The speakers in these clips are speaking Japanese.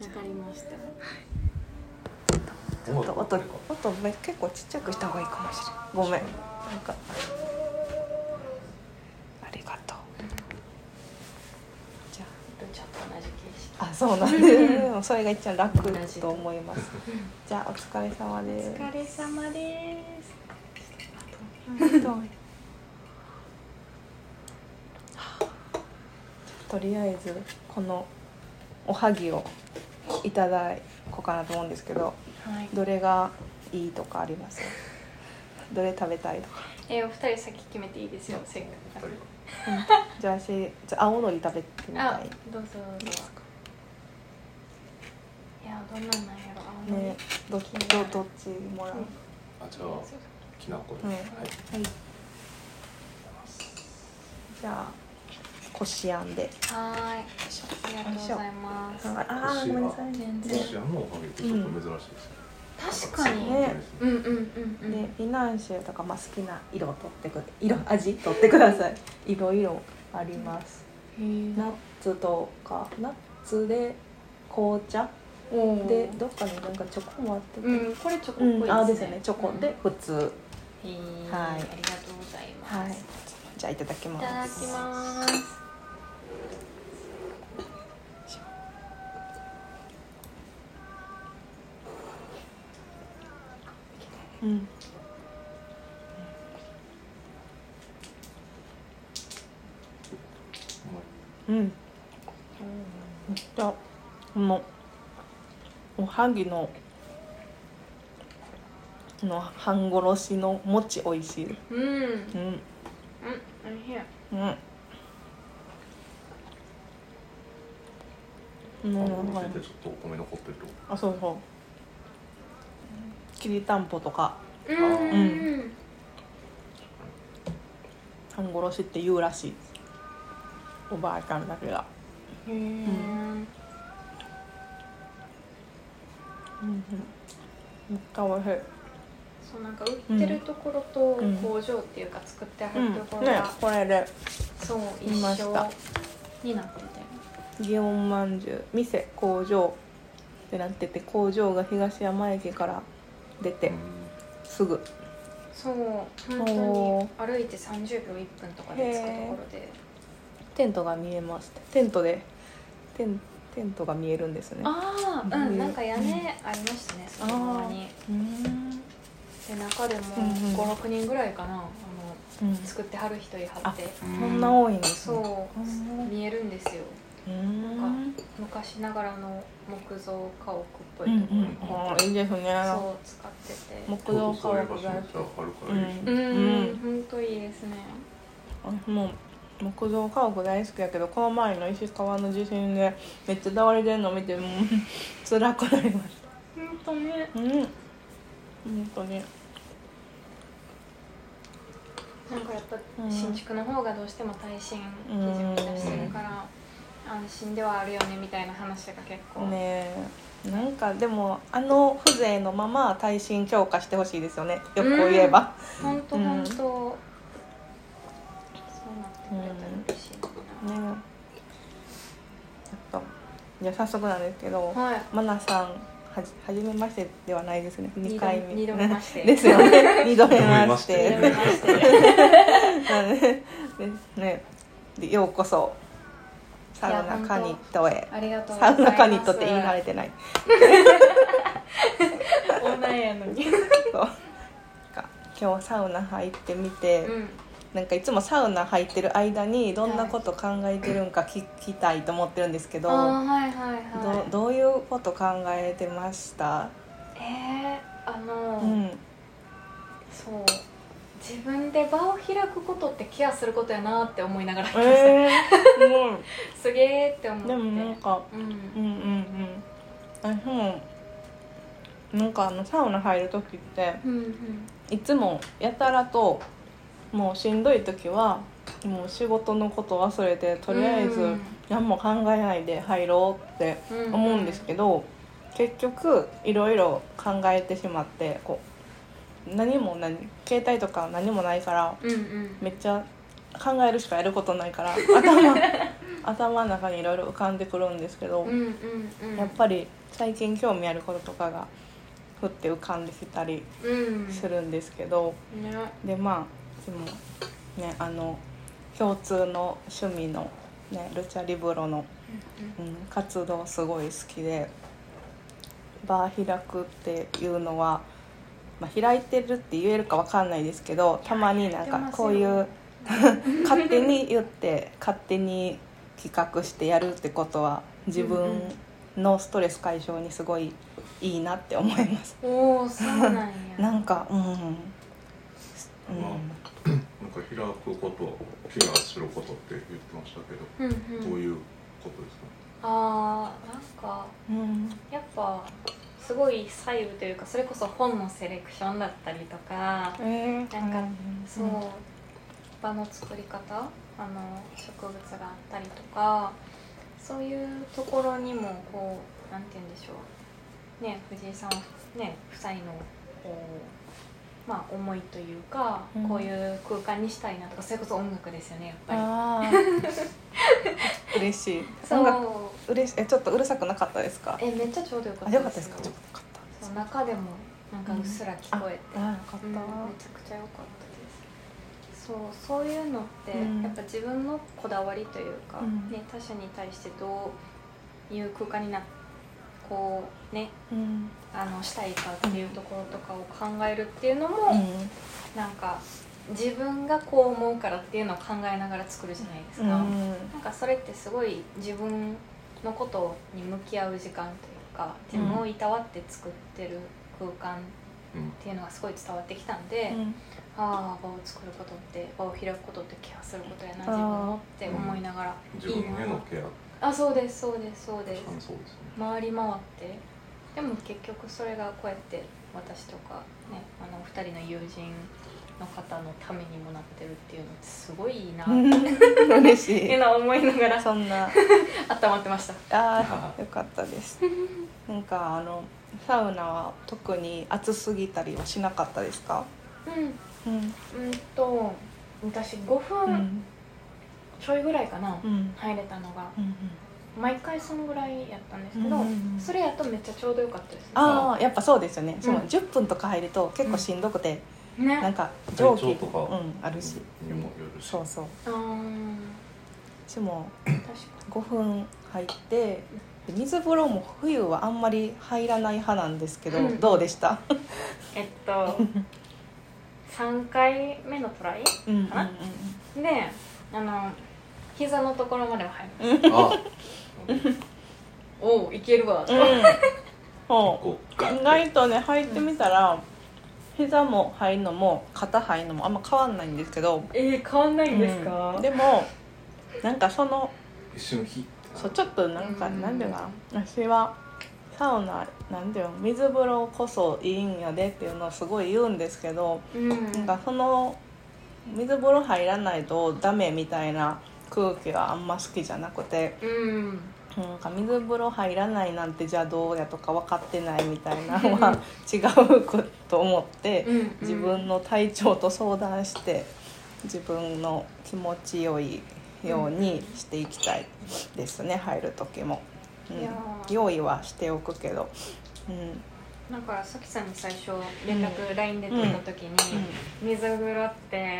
かりました。 ちょっと音結構ちっちゃくした方がいいかもしれない。ごめん。なんかありがとう。じゃちょっと同じ形式。 あ、そうなんです。それが一番楽と思います。じゃあお疲れ様です。 お疲れ様です。 とりあえずこのおはぎをいただこうかなと思うんですけど、 はい、 どれがいいとかあります？どれ食べたいとか。 お二人先決めていいですよ、せっかく。 じゃあ青のり食べてみたい。 どうぞどうぞ。いや、どんなんなんやろ、青のり。 ね、どっちもらう？ じゃあきなこで。 はい。じゃあこしあんで。 はい。ありがとうございます。 ごめんなさい。 全然。 こしあんのおはぎってちょっと珍しいですね。 確かに。 ね。 で、フィナンシェとか好きな味取ってください。いろいろあります。ナッツとかナッツで紅茶でどっかになんかチョコもあってて、 これチョコっぽいですね。 ですよね。チョコで普通。はい。 ありがとうございます。 はい。じゃあいただきます。 いただきます。 じゃあこのおはぎの半殺しの餅美味しい。 おいしい。 ちょっとお米残ってると。 あ、そうそう。きりたんぽとか。半殺しって言うらしい。おばあちゃんだけが。めっちゃ美味しい。 そう、なんか売ってるところと工場っていうか作ってあるところが、 これでそう一緒になってて、 祇園まんじゅう店工場ってなってて、工場が東山駅から出てすぐ。 そう本当に歩いて30秒1分とかで着くところでテントが見えます。テントが見えるんですね。 なんか屋根ありましたね、その側に。で、中でも5、6人ぐらいかな、作ってはる人いはって。 そんな多いんですね。 そう見えるんですよ。なんか昔ながらの木造家屋っぽいところにいいですね。 そう使ってて、 木造家屋が本当いいですね。 もう木造家屋大好きやけど、この前の石川の地震でめっちゃ倒れてるの見ても辛くなりました。 本当ね。 本当に。 なんかやっぱ新築の方がどうしても耐震基準を出してるから安心ではあるよねみたいな話が結構ね。なんかでも風情のまま耐震強化してほしいですよね。よく言えば。 本当そうなってくれたら嬉しいな。 ね。じゃあ早速なんですけど、マナさんはじめましてではないですね。2回目。 2度目ましてですよね。2度目まして。ね。でようこそサウナカニットへ。 ありがとうございます。 サウナカニットって言い慣れてない。 女やのに。 今日サウナ入ってみて。なんかいつもサウナ入ってる間にどんなこと考えてるんか聞きたいと思ってるんですけど、どういうこと考えてました？ そう自分で場を開くことってケアすることやなって思いながら来ました。すげーって思って。 でもなんかなんかサウナ入る時って、いつもやたらともうしんどい時はもう仕事のこと忘れてとりあえず何も考えないで入ろうって思うんですけど、結局いろいろ考えてしまって携帯と頭の中にいろいろ浮かんでくるんですけど、やっぱり最近興味あることとかがふって浮かんできたりするんですけど、でまあでもね共通の趣味の、ね、ルチャリブロの、活動すごい好きで、バー開くっていうのは、開いてるって言えるか分かんないですけど、たまになんかこういう勝手に言って勝手に企画してやるってことは自分のストレス解消にすごいいいなって思います。 おお、そうなんや。 なんか開くことケアすることって言ってましたけど、どういうことですか？ なんか、やっぱすごい細部というか、それこそ本のセレクションだったりとか、なんかそう、場の作り方、植物があったりとか、そういうところにもこう、なんて言うんでしょうね、藤井さんね夫妻のこう思いというか、こういう空間にしたいなとか、それこそ音楽ですよね、やっぱり。嬉しい。音楽嬉しい。ちょっとうるさくなかったですか？ めっちゃちょうどよかったです。 よかったですか？ちょっとよかった。 そう、中でもなんかうっすら聞こえて、 よかった。 めちゃくちゃ良かったです。そういうのって、やっぱ自分のこだわりというか、ね、他者に対してどういう空間にこうね、したいかっていうところとかを考えるっていうのも、なんか自分がこう思うからっていうのを考えながら作るじゃないですか。なんかそれってすごい自分のことに向き合う時間というか、自分をいたわって作ってる空間っていうのがすごい伝わってきたんで、場を作ることって、場を開くことってケアすることやな、自分をって思いながら、 自分へのケア。 そうです、回り回って、でも結局それがこうやって私とかね、2人の友人の方のためにもなってるっていうのってすごいいいなって嬉しいっていうのを思いながらそんな温まってました。 よかったです。なんかサウナは特に暑すぎたりはしなかったですか？ 私5分ちょいぐらいかな、入れたのが、毎回そのぐらいやったんですけど、それやとめっちゃちょうどよかったです。 やっぱそうですよね。10分とか入ると結構しんどくて、なんか蒸気とかあるし、そう私も5分入って、水風呂も冬はあんまり入らない派なんですけど、どうでした？ 3回目のトライかな、で膝のところまでは入る。おお、いけるわ。 意外とね、入ってみたら膝も入るのも肩入るのもあんま変わんないんですけど。 変わんないんですか？ でもなんか一瞬ちょっとなんかなんていうかな、私はサウナなんていうの、水風呂こそいいんやでっていうのをすごい言うんですけど、なんか水風呂入らないとダメみたいな空気はあんま好きじゃなくて、なんか水風呂入らないなんてじゃあどうやとか分かってないみたいなのは違うと思って、自分の体調と相談して自分の気持ちよいようにしていきたいですね、入る時も。用意はしておくけど、 だからさきさんに最初連絡 LINE で取った時に、水風呂って、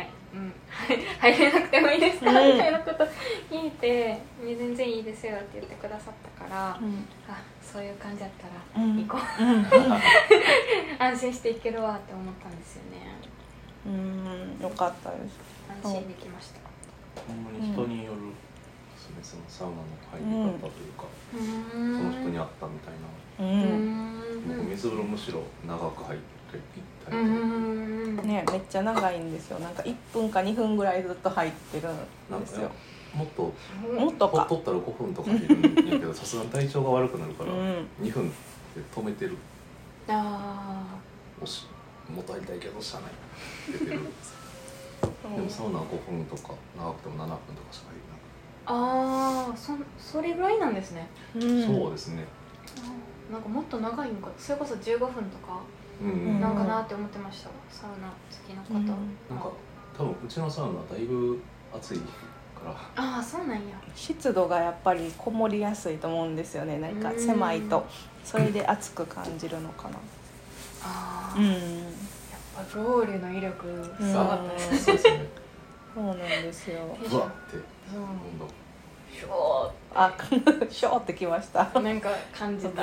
入れなくてもいいですか、みたいなこと聞いて、全然いいですよって言ってくださったから、そういう感じだったら行こう、安心して行けるわって思ったんですよね。 よかったです。 安心できました。 ほんまに人によるそのサウナの入り方というか、その人に合ったみたいな。僕水風呂むしろ長く入っていったりね、めっちゃ長いんですよ。なんか1分か2分ぐらいずっと入ってるんですよ。 もっとか取ったら5分とかいるんやけど、さすがに体調が悪くなるから、2分で止めてる。もたりたいけどしゃない出てるんですよ。でもサウナは5分とか長くても7分とかしか入れなくて。 それぐらいなんですね。 そうですね。 なんかもっと長いんか、それこそ15分とかなんかなって思ってました、サウナ好きな方。 なんか多分うちのサウナだいぶ暑いかああそうなんや。 湿度がやっぱりこもりやすいと思うんですよね。なんか狭いとそれで暑く感じるのかな。 ああ、やっぱロウリュの威力すごかったですね。 そうですね。 そうなんですよ。 うわってショあショーってきました。 なんか感じた。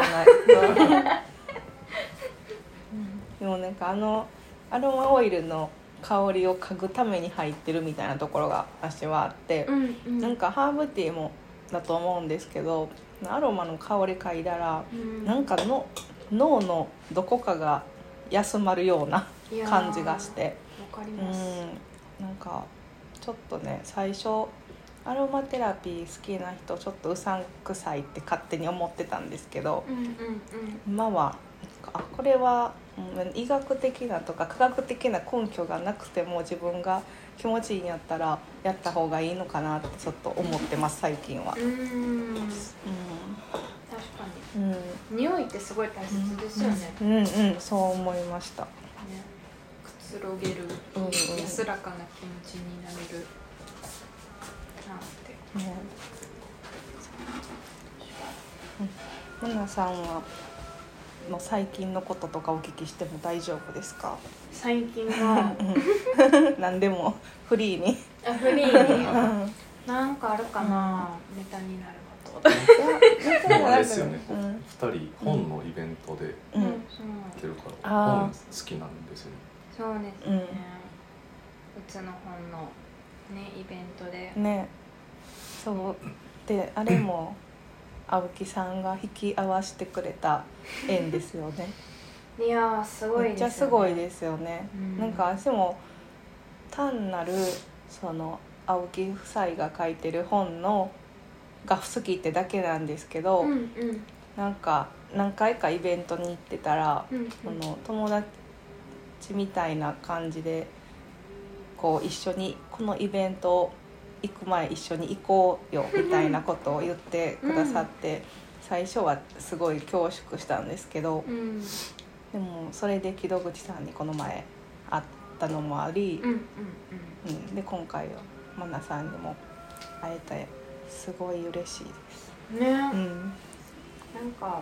でもなんかアロマオイルの香りを嗅ぐために入ってるみたいなところが私はあって、なんかハーブティーもだと思うんですけど、アロマの香り嗅いだら、なんか脳のどこかが休まるような感じがして、 わかります。 なんかちょっとね、最初アロマテラピー好きな人ちょっとうさんくさいって勝手に思ってたんですけど、今はこれは医学的なとか科学的な根拠がなくても自分が気持ちいいんやったらやった方がいいのかなってちょっと思ってます最近は。 確かに、匂いってすごい大切ですよね。 そう思いました、 くつろげる、安らかな気持ちになれるなって、 ムナさんはの最近のこととかお聞きしても大丈夫ですか？ 最近は何でもフリーにフリーになんかあるかな、ネタになること。 でもあれですよね、2人本のイベントで出るから本好きなんですよね。 そうですね、うちの本のねイベントでね、そうであれも青木さんが引き合わせてくれた縁ですよね。 いやすごいですよね。 めっちゃすごいですよね。なんか私も単なるその青木夫妻が書いてる本のが好きってだけなんですけど、なんか何回かイベントに行ってたら、その友達みたいな感じでこう一緒にこのイベント行く前一緒に行こうよみたいなことを言ってくださって、最初はすごい恐縮したんですけど、でもそれで木戸口さんにこの前会ったのもあり、で今回はマナさんにも会えてすごい嬉しいですね。なんか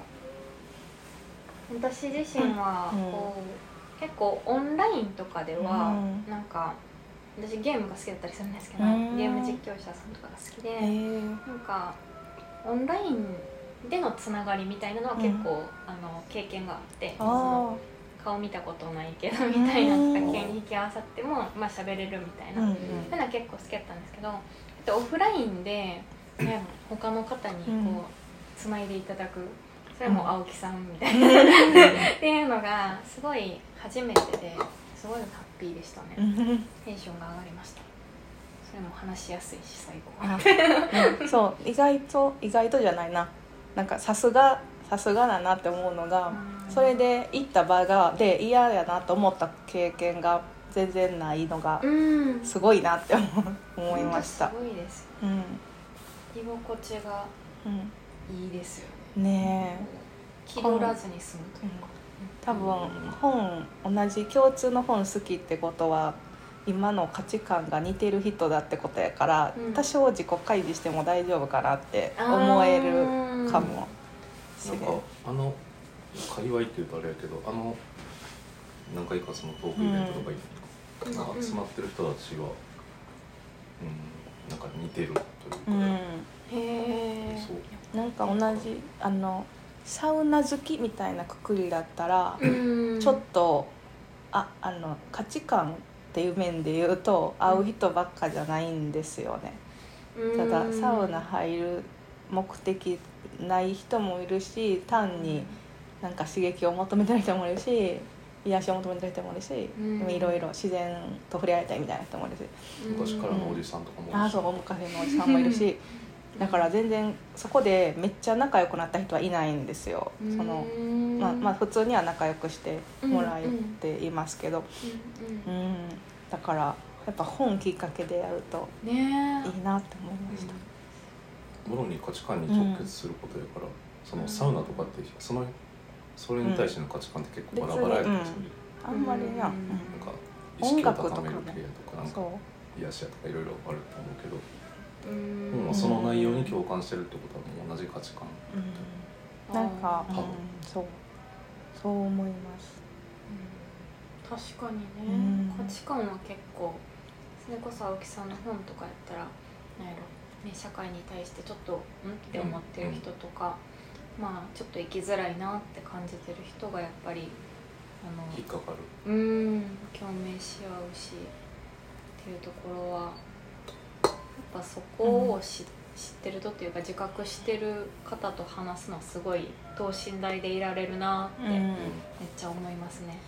私自身はこう、結構オンラインとかでは、なんか私ゲームが好きだったりするんですけど、ゲーム実況者さんとかが好きで、なんかオンラインでのつながりみたいなのは結構、経験があって、その顔見たことないけどみたいなとか急に引き合わさってもまあ喋れるみたいな、そういうのは結構好きだったんですけど、オフラインで、他の方にこうつないでいただく、それも青木さんみたいなっていうのがすごい初めてですごいハッピーでしたね。テンションが上がりました。それも話しやすいし最後そう意外とじゃないな、なんかさすがだなって思うのが、それで行った場で嫌やなと思った経験が全然ないのがすごいなって思いました。 すごいです、居心地がいいですよね。 ねえ、 気取らずに済むというか、 多分同じ共通の本好きってことは今の価値観が似てる人だってことやから、多少自己開示しても大丈夫かなって思えるかもしれない。 なんか界隈っていうとあれやけど、何回かそのトークイベントとかに集まってる人たちが、なんか似てるというか、 そうなんか同じサウナ好きみたいなくくりだったら、ちょっと価値観っていう面で言うと会う人ばっかじゃないんですよね。ただサウナ入る目的ない人もいるし、単になんか刺激を求めてる人もいるし、癒しを求めてる人もいるし、いろいろ自然と触れ合いたいみたいな人もいるし、 昔からのおじさんとかもいるし、 そう昔のおじさんもいるしだから全然そこでめっちゃ仲良くなった人はいないんですよ。普通には仲良くしてもらえていますけど、だからやっぱ本きっかけでやるといいなって思いました。 もろに価値観に直結することやから、そのサウナとかってそれに対しての価値観って結構バラバラやったりする、 あんまりな、 なんか意識を高める系とか、なんか癒しやとかいろいろあると思うけど、 本はその内容に共感してるってことはもう同じ価値観、 なんか、そう思います。 確かにね、価値観は結構それこそ青木さんの本とかやったらなんやろ、ね、社会に対してちょっとって思ってる人とか、まあちょっと生きづらいなって感じてる人がやっぱり引っかかる、 共鳴し合うしっていうところはやっぱそこを知ってるとっていうか自覚してる方と話すのはすごい等身大でいられるなってめっちゃ思いますね。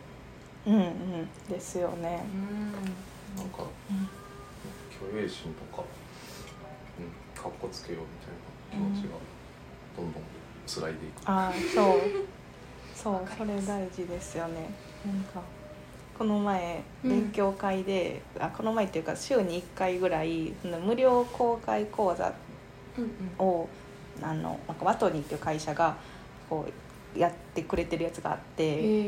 ですよね。 なんか、虚栄心とか、かっこつけようみたいな気持ちがどんどんつらいでいく。 そうそれ大事ですよね。なんかこの前勉強会で、この前っていうか週に1回ぐらい無料公開講座を、なんかワトニーっていう会社がこうやってくれてるやつがあって、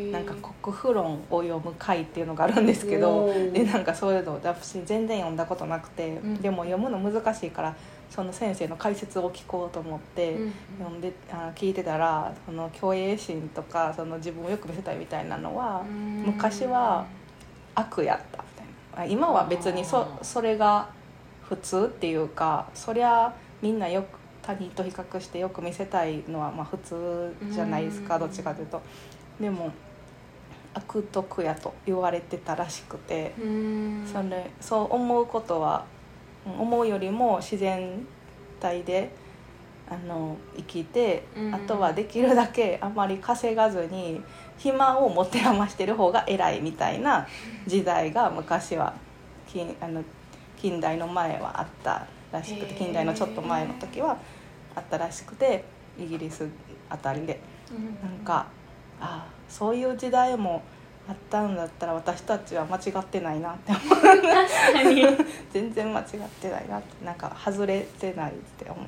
なんか国富論を読む会っていうのがあるんですけど、でなんかそういうの私全然読んだことなくて、でも読むの難しいからその先生の解説を聞こうと思って読んで聞いてたら、その虚栄心とかその自分をよく見せたいみたいなのは昔は悪やったみたいな、今は別にそれが普通っていうか、そりゃみんなよく他人と比較してよく見せたいのはまあ普通じゃないですか、どっちかというと。でも悪徳やと言われてたらしくて、そう思うことは思うよりも自然体で生きて、あとはできるだけあまり稼がずに暇を持て余してる方が偉いみたいな時代が昔は近代の前はあったらしくて、近代のちょっと前の時はあったらしくて、イギリスあたりで、なんかそういう時代もあったんだったら私たちは間違ってないなって思う。確かに全然間違ってないなって、なんか外れてないって思った。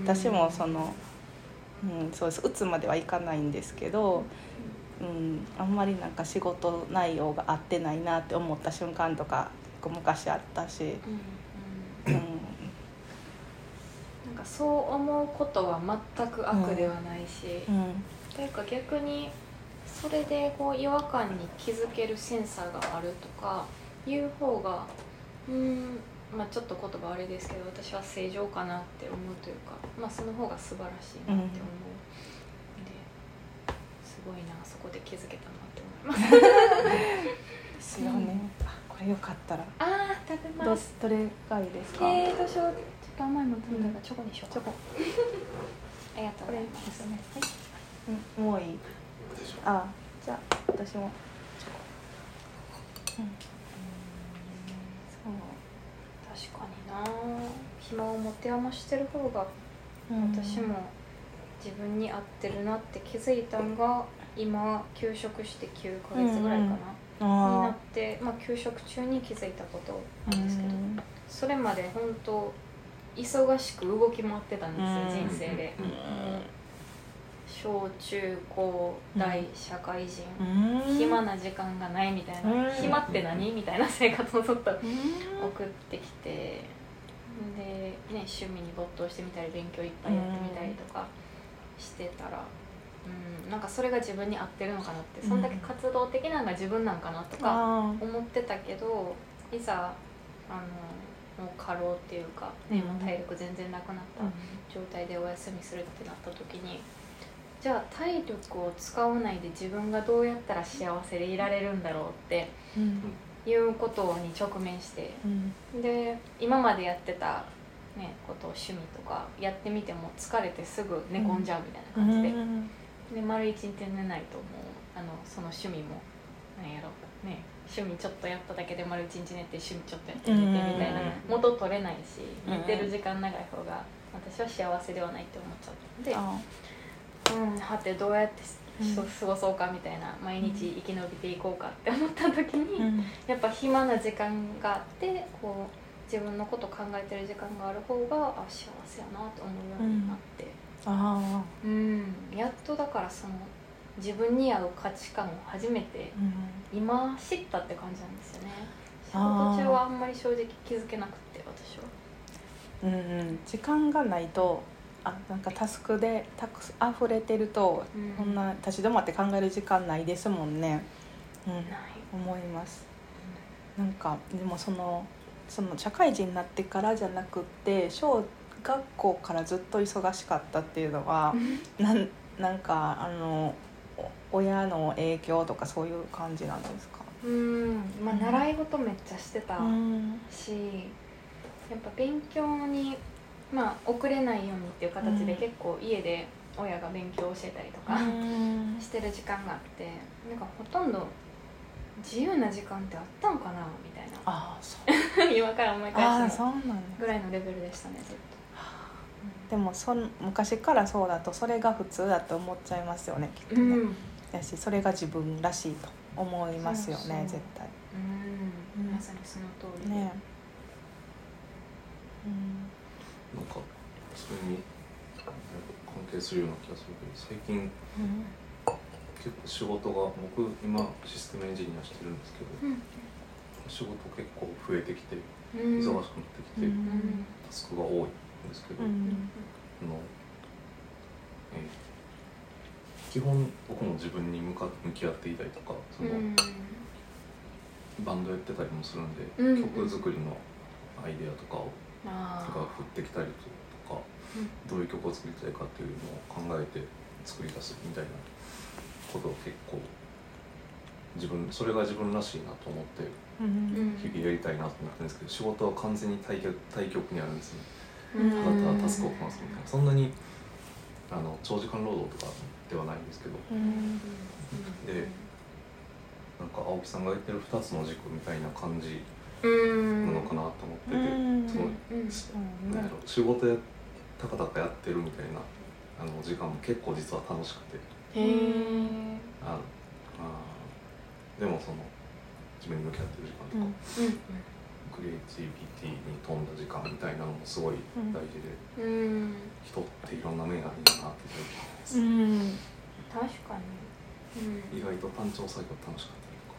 私もそうです、打つまではいかないんですけど、あんまりなんか仕事内容が合ってないなって思った瞬間とか昔あったし、 なんかそう思うことは全く悪ではないし、というか逆にそれでこう違和感に気づけるセンサーがあるとかいう方がまあちょっと言葉あれですけど、私は正常かなって思うというか、まあその方が素晴らしいなって思うので、すごいな、そこで気づけたなって思いますですよね。 これよかったら食べます。 どれがいいですか？ どうしよう、ちょっと甘いの食べたらチョコにしようか。ありがとうございます。 もういい？じゃあ私もチョコ。 確かにな、暇を持て余してる方が私も自分に合ってるなって気づいたのが今休職して9ヶ月ぐらいかな、になって、休職中に気づいたことなんですけど、それまで本当忙しく動き回ってたんですよ、人生で。小中高大社会人、暇な時間がないみたいな、暇って何みたいな生活をずっと送ってきて、で、趣味に没頭してみたり勉強いっぱいやってみたりとかしてたら、なんかそれが自分に合ってるのかなって、そんだけ活動的なのが自分なんかなとか思ってたけど、いざもう過労っていうか、もう体力全然なくなった状態でお休みするってなった時に、じゃあ体力を使わないで自分がどうやったら幸せでいられるんだろうっていうことに直面して、で今までやってた、ことを趣味とかやってみても疲れてすぐ寝込んじゃうみたいな感じで、で丸一日寝ないともうその趣味もなんやろ趣味ちょっとやっただけで丸一日寝て趣味ちょっとやって寝てみたいな、元取れないし、寝てる時間長い方が私は幸せではないって思っちゃったので、はてどうやって過ごそうかみたいな、毎日生き延びていこうかって思った時に、やっぱ暇な時間があってこう自分のこと考えてる時間がある方が幸せやなと思うようになって、やっとだからその自分に合う価値観を初めて今知ったって感じなんですよね。仕事中はあんまり正直気づけなくて、私は時間がないとなんかタスクで溢れてると、こんな立ち止まって考える時間ないですもんね、思います。なんかでもその社会人になってからじゃなくって小学校からずっと忙しかったっていうのはなんか親の影響とかそういう感じなんですか？ まあ、習い事めっちゃしてたし、やっぱ勉強に、まあ、遅れないようにっていう形で結構家で親が勉強を教えたりとかしてる時間があって、なんかほとんど自由な時間ってあったんかなみたいな。そう今から思い返すのぐらいのレベルでしたね、ずっと。 でも昔からそうだとそれが普通だと思っちゃいますよね、きっとね。だしそれが自分らしいと思いますよね、絶対。 まさにその通りで、 なんかそれに関係するような気がするけど、最近、結構仕事が、僕今システムエンジニアしてるんですけど、仕事結構増えてきて忙しくなってきて、タスクが多いんですけど、基本僕も自分に向き合っていたりとか、バンドやってたりもするんで、曲作りのアイデアとかが降ってきたりとか、どういう曲を作りたいかっていうのを考えて作り出すみたいなことを結構それが自分らしいなと思って日々やりたいなと思ってるんですけど、仕事は完全に対極にあるんですね。ただただタスクをこなすみたいな、そんなに長時間労働とかではないんですけど、でなんか青木さんが言ってる2つの軸みたいな感じなのかなと思ってて、仕事たかたかやってるみたいな時間も結構実は楽しくて、でも自分に向き合ってる時間とか、クリエイティビティに富んだ時間みたいなのもすごい大事で、人っていろんな面があるんだなって思います。 確かに、 意外と単調作業楽しかったりとか。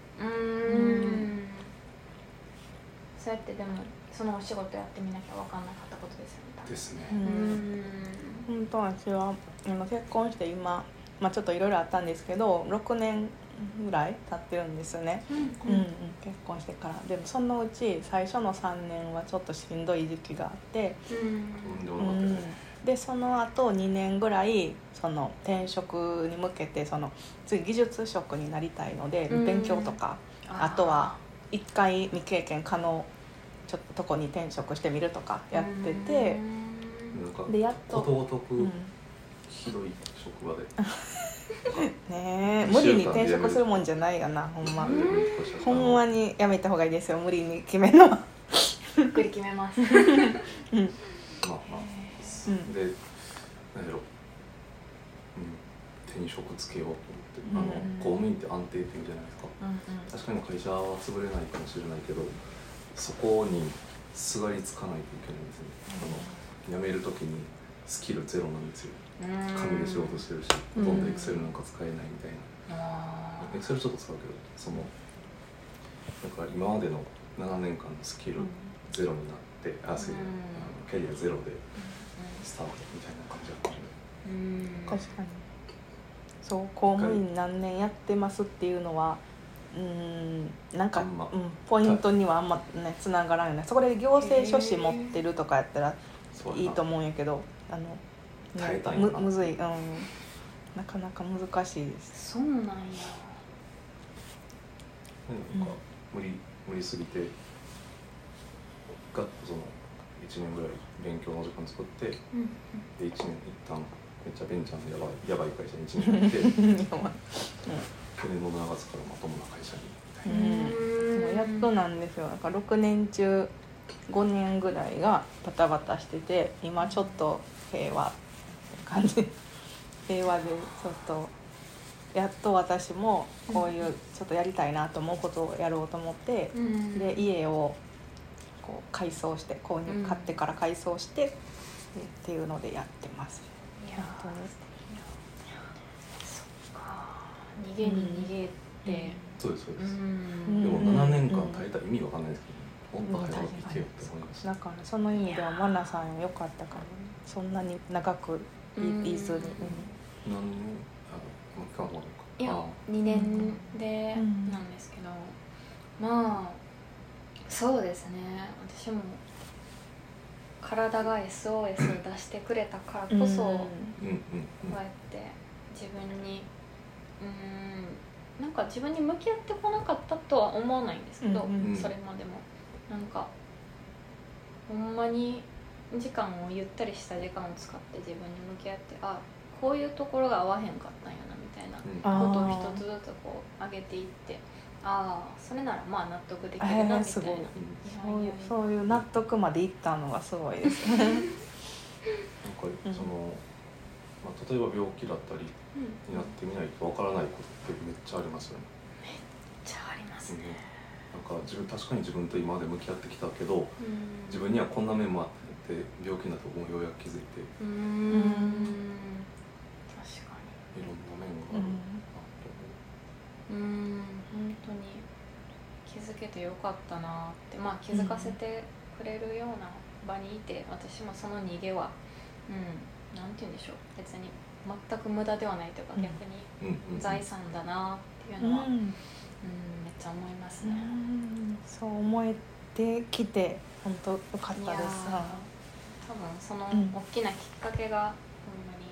そうやってでもそのお仕事やってみなきゃ分かんなかったことですよね。 ですね。 本当私は結婚して今、ちょっといろいろあったんですけど6年ぐらい経ってるんですよね、結婚してから。でもそのうち最初の3年はちょっとしんどい時期があって、でその後2年ぐらい転職に向けて次技術職になりたいので勉強とか、あとは1回未経験可能ちょっととこに転職してみるとかやってて、でやっとことごとくひどい職場でねえ、無理に転職するもんじゃないがな、ほんまにやめた方がいいですよ、無理に決めるのは。 ゆっくり決めます。 で、何やろ、転職つけようと思って、公務員って安定っていうじゃないですか。確かに会社は潰れないかもしれないけど、そこにすがりつかないといけないんですよ。辞めるときにスキルゼロなんですよ。紙で仕事してるし、ほとんどエクセルなんか使えないみたいな。エクセルちょっと使うけど、だから今までの7年間のスキルゼロになって、キャリアゼロでスタートみたいな感じだったんで。 確かにそう公務員何年やってますっていうのはなんか、ポイントにはあんまねつながらない。そこで行政書士持ってるとかやったらいいと思うんやけど、むずい、なかなか難しいです。 そうなんや。 なんか無理すぎてガッと1年ぐらい勉強の時間作って、で1年一旦めっちゃベンチャーのやばい会社に1年行って去年の7月からまともな会社にやっとなんですよ。なんか6年中5年ぐらいがバタバタしてて、今ちょっと平和感じ平和でちょっとやっと私もこういうちょっとやりたいなと思うことをやろうと思って、で家をこう改装して買ってから改装してっていうのでやってます。 本当にそっか、逃げに逃げて、 そうですでも7年間耐えた意味わかんないですけど、 もっと早く行けよって思いました。 だからその意味ではマナさん良かったかも、そんなに長くいずに。 何年期間もいや2年でなんですけど、まあそうですね、私も体が SOS を出してくれたからこそ、こうやって自分になんか自分に向き合ってこなかったとは思わないんですけど、それまでもなんかほんまに時間をゆったりした時間を使って自分に向き合って、あ、こういうところが合わへんかったんやなみたいなことを一つずつこう上げていって、ああそれならまあ納得できるなみたいな、 そういう納得までいったのがすごいですね。なんかその、例えば病気だったりになってみないとわからないことってめっちゃありますよね。 めっちゃありますね。 なんか確かに自分と今まで向き合ってきたけど、自分にはこんな面もあって病気だとようやく気づいて、確かにいろんな面があるなと思う。 本当に気づけてよかったなって、気づかせてくれるような場にいて、私もその逃げはなんて言うんでしょう、別に全く無駄ではないというか、逆に財産だなっていうのは、めっちゃ思いますね。 そう思えてきて本当よかったです。 多分その大きなきっかけが、ほんまに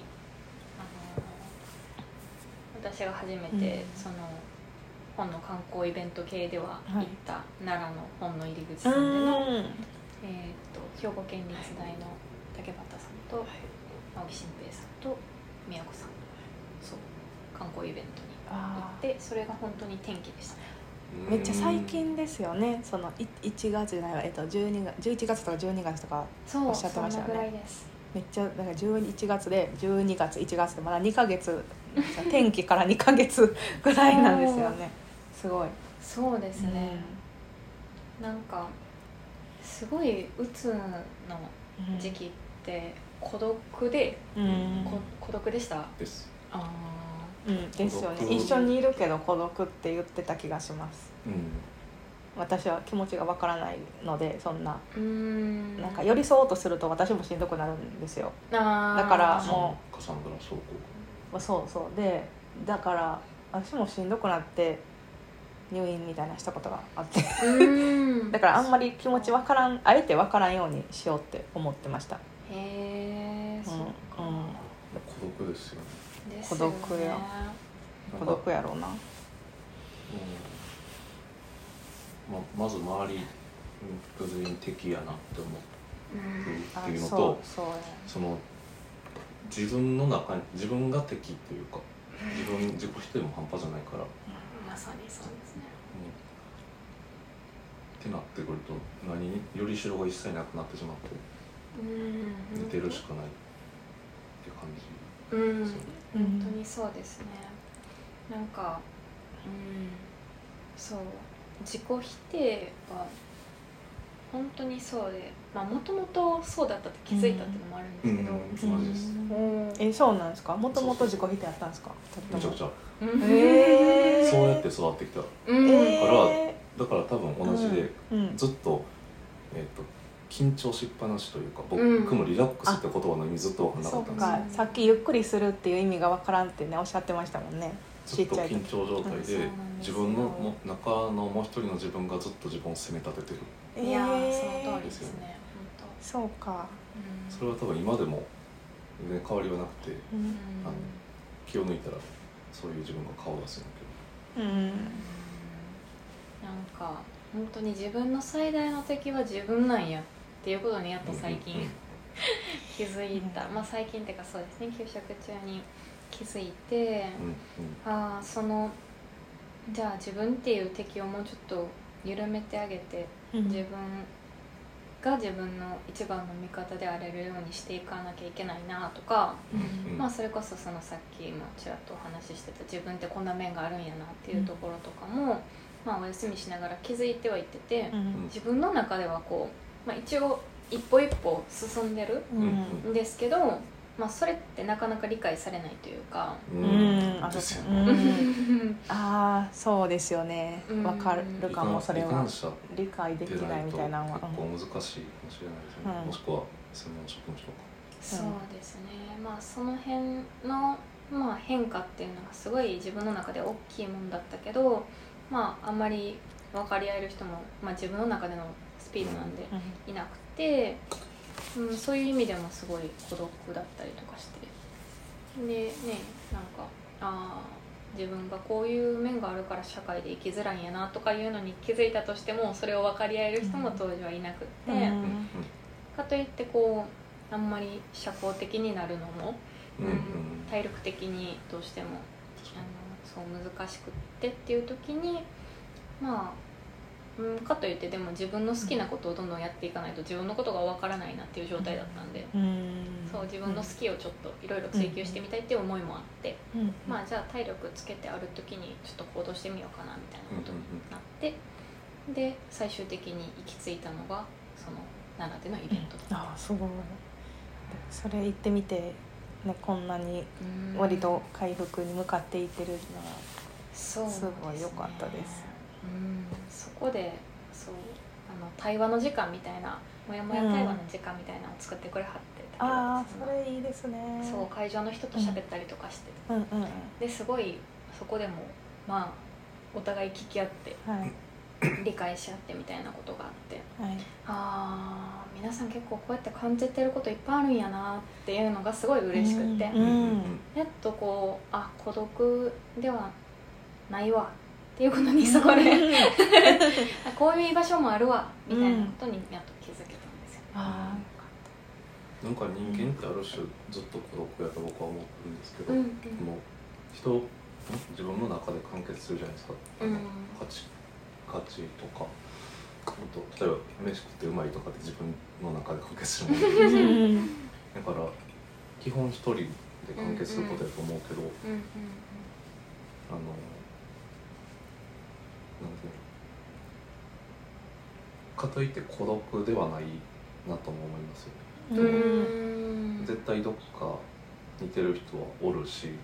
私が初めてその本の観光イベント系では行った奈良の本の入り口さんでの、兵庫県立大の竹俣さんと青木新平さんと宮子さん、そう観光イベントに行って、それが本当に転機でしたね。 めっちゃ最近ですよね。その1月じゃないわ、11月とか12月とかおっしゃってましたよね。 そんなぐらいです。 めっちゃだから11月で12月1月でまだ2ヶ月天気から2ヶ月ぐらいなんですよね。すごい。 そうですね、なんかすごい鬱の時期って孤独で、孤独でしたです。 ですよね。一緒にいるけど孤独って言ってた気がします。私は気持ちがわからないので、そんななんか寄り添おうとすると私もしんどくなるんですよ。だからもうそうで、だから私もしんどくなって入院みたいなしたことがあってだからあんまり気持ちわからん、あえてわからんようにしようって思ってました。 へえ、そうか。 孤独ですよね。 孤独や、孤独やろうな。 まず周りが全員敵やなって思うっていうのと、その自分の中に自分が敵っていうか、自己否定も半端じゃないから、 まさにそうですね。 ってなってくると何によりしろが一切なくなってしまって、寝てるしかないって感じ。 本当にそうですね。なんかそう、自己否定は本当にそうで、もともとそうだったって気づいたっていうのもあるんですけど、 マジです。 そうなんですか。もともと自己否定あったんですか。 めちゃくちゃそうやって育ってきただから多分同じで、ずっと緊張しっぱなしというか、僕もリラックスって言葉の意味ずっと分からなかったんですよ。 さっきゆっくりするっていう意味が分からんってねおっしゃってましたもんね。 ずっと緊張状態で、自分の中のもう一人の自分がずっと自分を責め立ててる。 いやその通りですね。 そうか。 それは多分今でも全然変わりはなくて、気を抜いたらそういう自分が顔を出すんだけど、 なんか本当に自分の最大の敵は自分なんやっていうことにやっと最近気づいた。最近っていうかそうですね、休職中に気づいて、そのじゃあ自分っていう敵をもうちょっと緩めてあげて、自分が自分の一番の味方であれるようにしていかなきゃいけないなとか、それこそそのさっきもちらっとお話ししてた自分ってこんな面があるんやなっていうところとかも、お休みしながら気づいてはいってて、自分の中ではこう、一応一歩一歩進んでるんですけど、 まあ、それってなかなか理解されないというか、 ああそうですよね、わかるかも。それは理解できないみたいなのは結構難しいかもしれないですね、もしくは専門職の人か。 そうですね、まあその辺の、まあ、変化っていうのがすごい自分の中で大きいもんだったけど、まああんまり分かり合える人も、まあ、自分の中でのスピードなんでいなくて、そういう意味でもすごい孤独だったりとかして、でね、なんか自分がこういう面があるから社会で生きづらいんやなとかいうのに気づいたとしても、それを分かり合える人も当時はいなくって、かといってこうあんまり社交的になるのも、体力的にどうしてもそう難しくってっていう時に、まあ、かといってでも自分の好きなことをどんどんやっていかないと自分のことが分からないなっていう状態だったんで、そう自分の好きをちょっといろいろ追求してみたいっていう思いもあって、まあじゃあ体力つけてある時にちょっと行動してみようかなみたいなことになって、で最終的に行き着いたのがその奈良でのイベントだった。 すごい。それ行ってみて、ね、こんなに割と回復に向かっていってるのはすごい良かったです。 そこで対話の時間みたいな、もやもや対話の時間みたいなのを作ってくれはってたけど、 それいいですね。 そう会場の人と喋ったりとかして、ですごいそこでもまあお互い聞き合って、理解し合ってみたいなことがあって、皆さん結構こうやって感じてることいっぱいあるんやなっていうのがすごい嬉しくって、やっとこう孤独ではないわっていうことにそこでこういう居場所もあるわみたいなことにやっと気づけたんですよね。 なんか人間ってある種ずっと孤独やと僕は思ってるんですけど、もう自分の中で完結するじゃないですか、価値とか、例えば飯食ってうまいとかって自分の中で完結するものですだから基本一人で完結することやと思うけど、かといって孤独ではないなとも思いますよね。絶対どっか似てる人はおるし、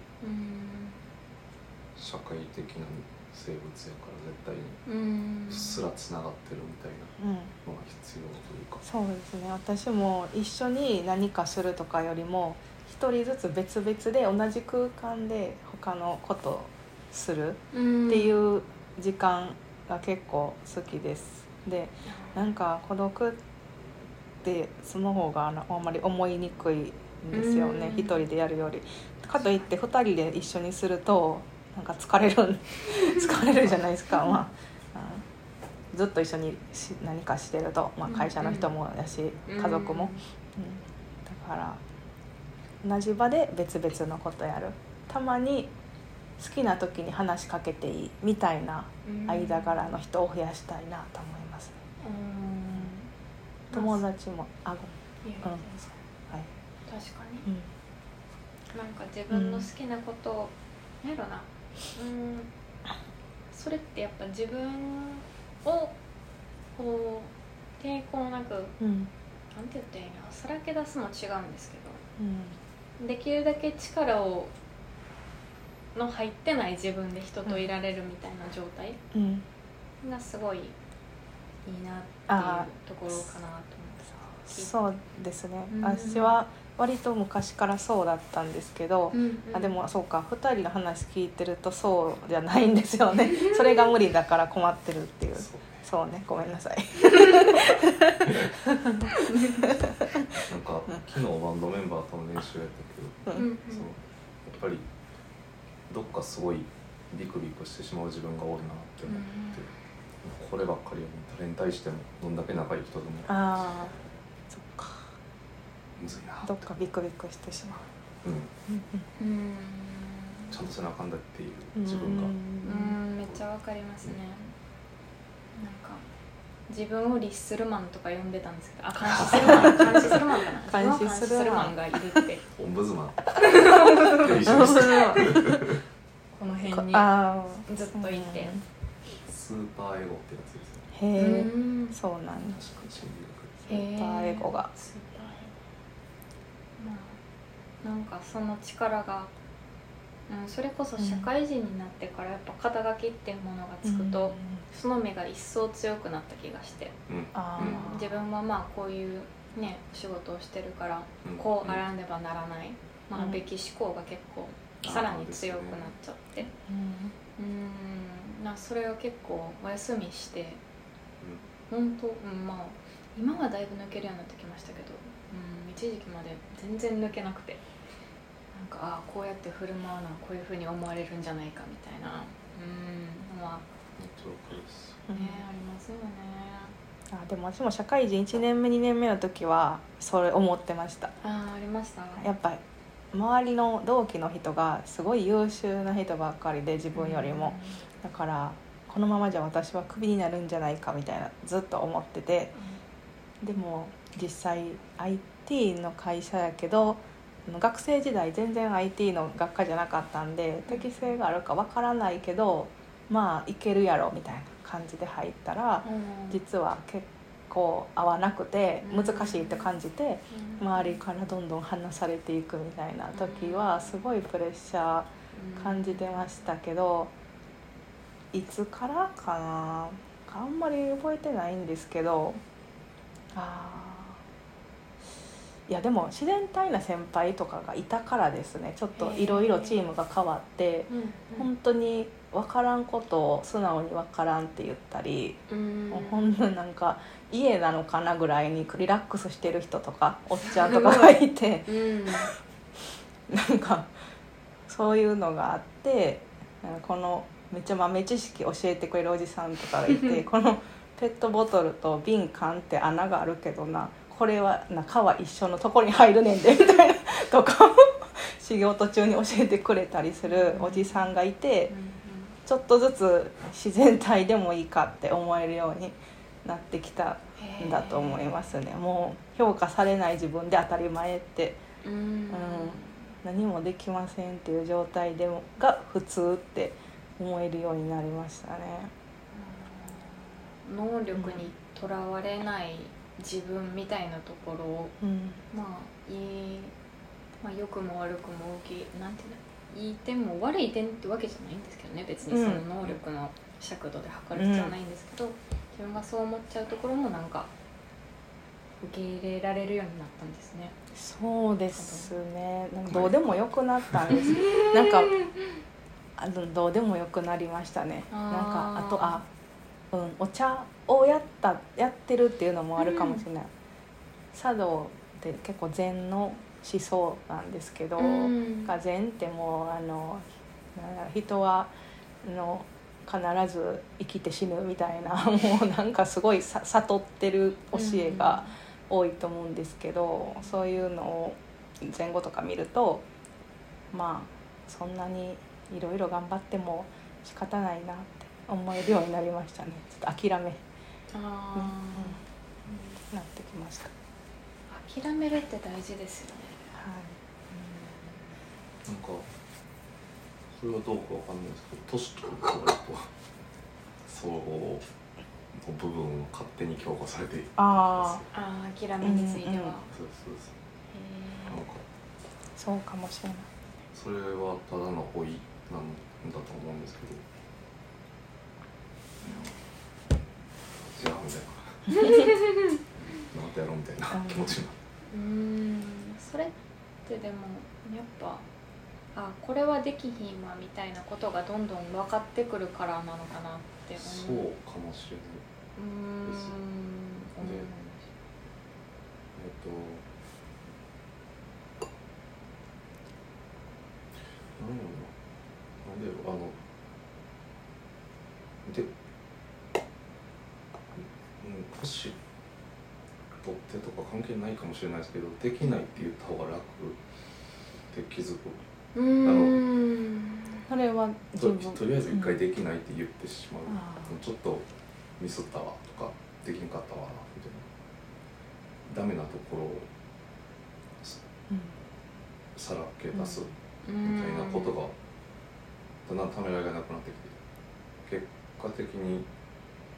社会的な生物やから絶対にうっすらつながってるみたいなのが必要というか、 そうですね。私も一緒に何かするとかよりも一人ずつ別々で同じ空間で他のことをするっていう時間が結構好きです。でなんか孤独ってその方があんまり思いにくいんですよね、一人でやるより。かといって2人で一緒にするとなんか疲れるじゃないですか、ずっと一緒に何かしてると、会社の人もやし家族も、だから同じ場で別々のことやる。たまに好きな時に話しかけていいみたいな間柄の人を増やしたいなと思いますね。友達も確かに、なんか自分の好きなことを、なんやろな、それってやっぱ自分をこう抵抗なく、なんて言っていいの、さらけ出すの違うんですけど、できるだけ力の入ってない自分で人といられるみたいな状態がすごいいいなっていうところかなと思って。 そうですね、私は割と昔からそうだったんですけど、でもそうか、2人の話聞いてるとそうじゃないんですよねそれが無理だから困ってるっていう。そうね、ごめんなさいなんか昨日バンドメンバーとの練習やったけど、やっぱりどっかすごいビクビクしてしまう自分が多いなって思って、こればっかりは誰に対してもどんだけ仲いい人でもそっか、 むずいな、 どっかビクビクしてしまう、 ちゃんとせなあかんだっていう自分が、 めっちゃわかりますね。なんか自分を律するマンとか呼んでたんですけど、監視するマンかな、監視するマンがいるってオンブズマンこの辺にずっといて、 スーパーエゴってやつですよね。 へえ、そうなんだ。 確かに心理学スーパーエゴが、 なんかその力が、それこそ社会人になってからやっぱ肩書きっていうものがつくと、その目が一層強くなった気がして、自分はまあこういうね仕事をしてるからこうあらねばならない、べき思考が結構さらに強くなっちゃって、それを結構お休みして、本当、今はだいぶ抜けるようになってきましたけど、一時期まで全然抜けなくて、なんかこうやって振る舞うのはこういうふうに思われるんじゃないかみたいなのはありますよね。 でも私も社会人1年目2年目の時はそれ思ってました。 ありました。 やっぱり周りの同期の人がすごい優秀な人ばっかりで、自分よりも、だからこのままじゃ私はクビになるんじゃないかみたいなずっと思ってて、でも実際 IT の会社やけど、学生時代全然 IT の学科じゃなかったんで適性があるかわからないけど、いけるやろみたいな感じで入ったら、実は結構合わなくて難しいって感じて、周りからどんどん離されていくみたいな時はすごいプレッシャー感じてましたけど、いつからかな、あんまり覚えてないんですけど、いやでも自然体な先輩とかがいたからですね。ちょっといろいろチームが変わって、本当に分からんことを素直に分からんって言ったり、ほんとなんか家なのかなぐらいにリラックスしてる人とかおっちゃんとかがいてなんかそういうのがあって、このめっちゃ豆知識教えてくれるおじさんとかがいてこのペットボトルと瓶缶って穴があるけどな、これは中は一緒のところに入るねんでみたいなとか仕事中に教えてくれたりするおじさんがいて、ちょっとずつ自然体でもいいかって思えるようになってきたんだと思いますね。もう評価されない自分で当たり前って、何もできませんっていう状態でもが普通って思えるようになりましたね。 能力にとらわれない自分みたいなところを、良くも悪くもなんていうの、いい点も悪い点ってわけじゃないんですけどね、別にその能力の尺度で測る必要はないんですけど、自分がそう思っちゃうところもなんか受け入れられるようになったんですね。 そうですね。なんかどうでもよくなったんですなんかどうでもよくなりましたね。なんかあとお茶をやってるっていうのもあるかもしれない。茶道って結構禅の思想なんですけど、禅ってもう人は必ず生きて死ぬみたいなもうなんかすごい悟ってる教えが多いと思うんですけど、そういうのを前後とか見ると、そんなにいろいろ頑張っても仕方ないなって思えるようになりましたね。ちょっと諦めなってきました。 諦めるって大事ですよね。 なんかそれはどうかわかんないですけど、年取るとそうの部分を勝手に強化されていくんですよ。 諦めについては、 なんかそうかもしれない。 それはただの老いなんだと思うんですけど、じゃあみたいななんてやろうみたいな気持ちになる。 それってでもやっぱこれはできひんわみたいなことがどんどん分かってくるからなのかなって思う。そうかもしれないです。年取ってとか関係ないかもしれないですけど、できないって言った方が楽って気づく。 それはとりあえず一回できないって言ってしまう。ちょっとミスったわとかできんかったわみたいなダメなところをさらけ出すみたいなことがだんだんためらいがなくなってきて、結果的に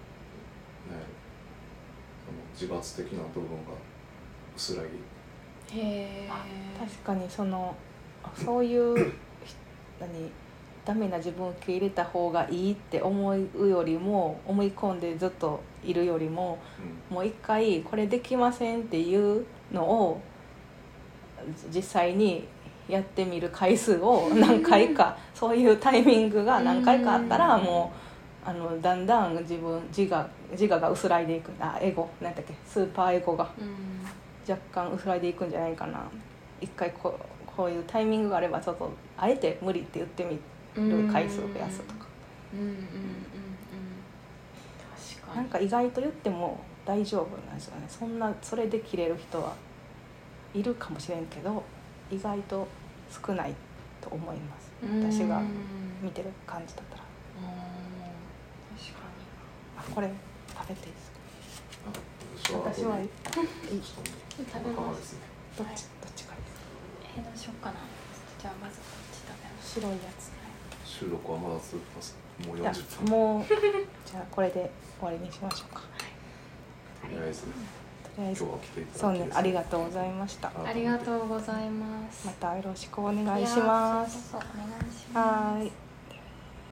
その自罰的な部分が薄らぎへ確かにそういうダメな自分を受け入れた方がいいって思うよりも、思い込んでずっといるよりも、もう一回これできませんっていうのを実際にやってみる回数を何回かそういうタイミングが何回かあったら、もうだんだん自我が薄らいでいく、エゴなんだっけ、スーパーエゴが若干薄らいでいくんじゃないかな。一回こういうタイミングがあれば、ちょっとあえて無理って言ってみる回数を増やすとか、 確かになんか意外と言っても大丈夫なんですよね。それで切れる人はいるかもしれんけど、意外と少ないと思います。私が見てる感じだったら。 確かに。これ食べていいですか？私はいい。 食べます。 どっちからどうしようかな。じゃあまずこっち食べます。 白いやつ。 収録はまだ続きます。もう40分。 もうじゃあこれで終わりにしましょうか。 とりあえず今日は来ていただき、 そうね、ありがとうございました。 ありがとうございます。 またよろしくお願いします。 お願いします。 はい。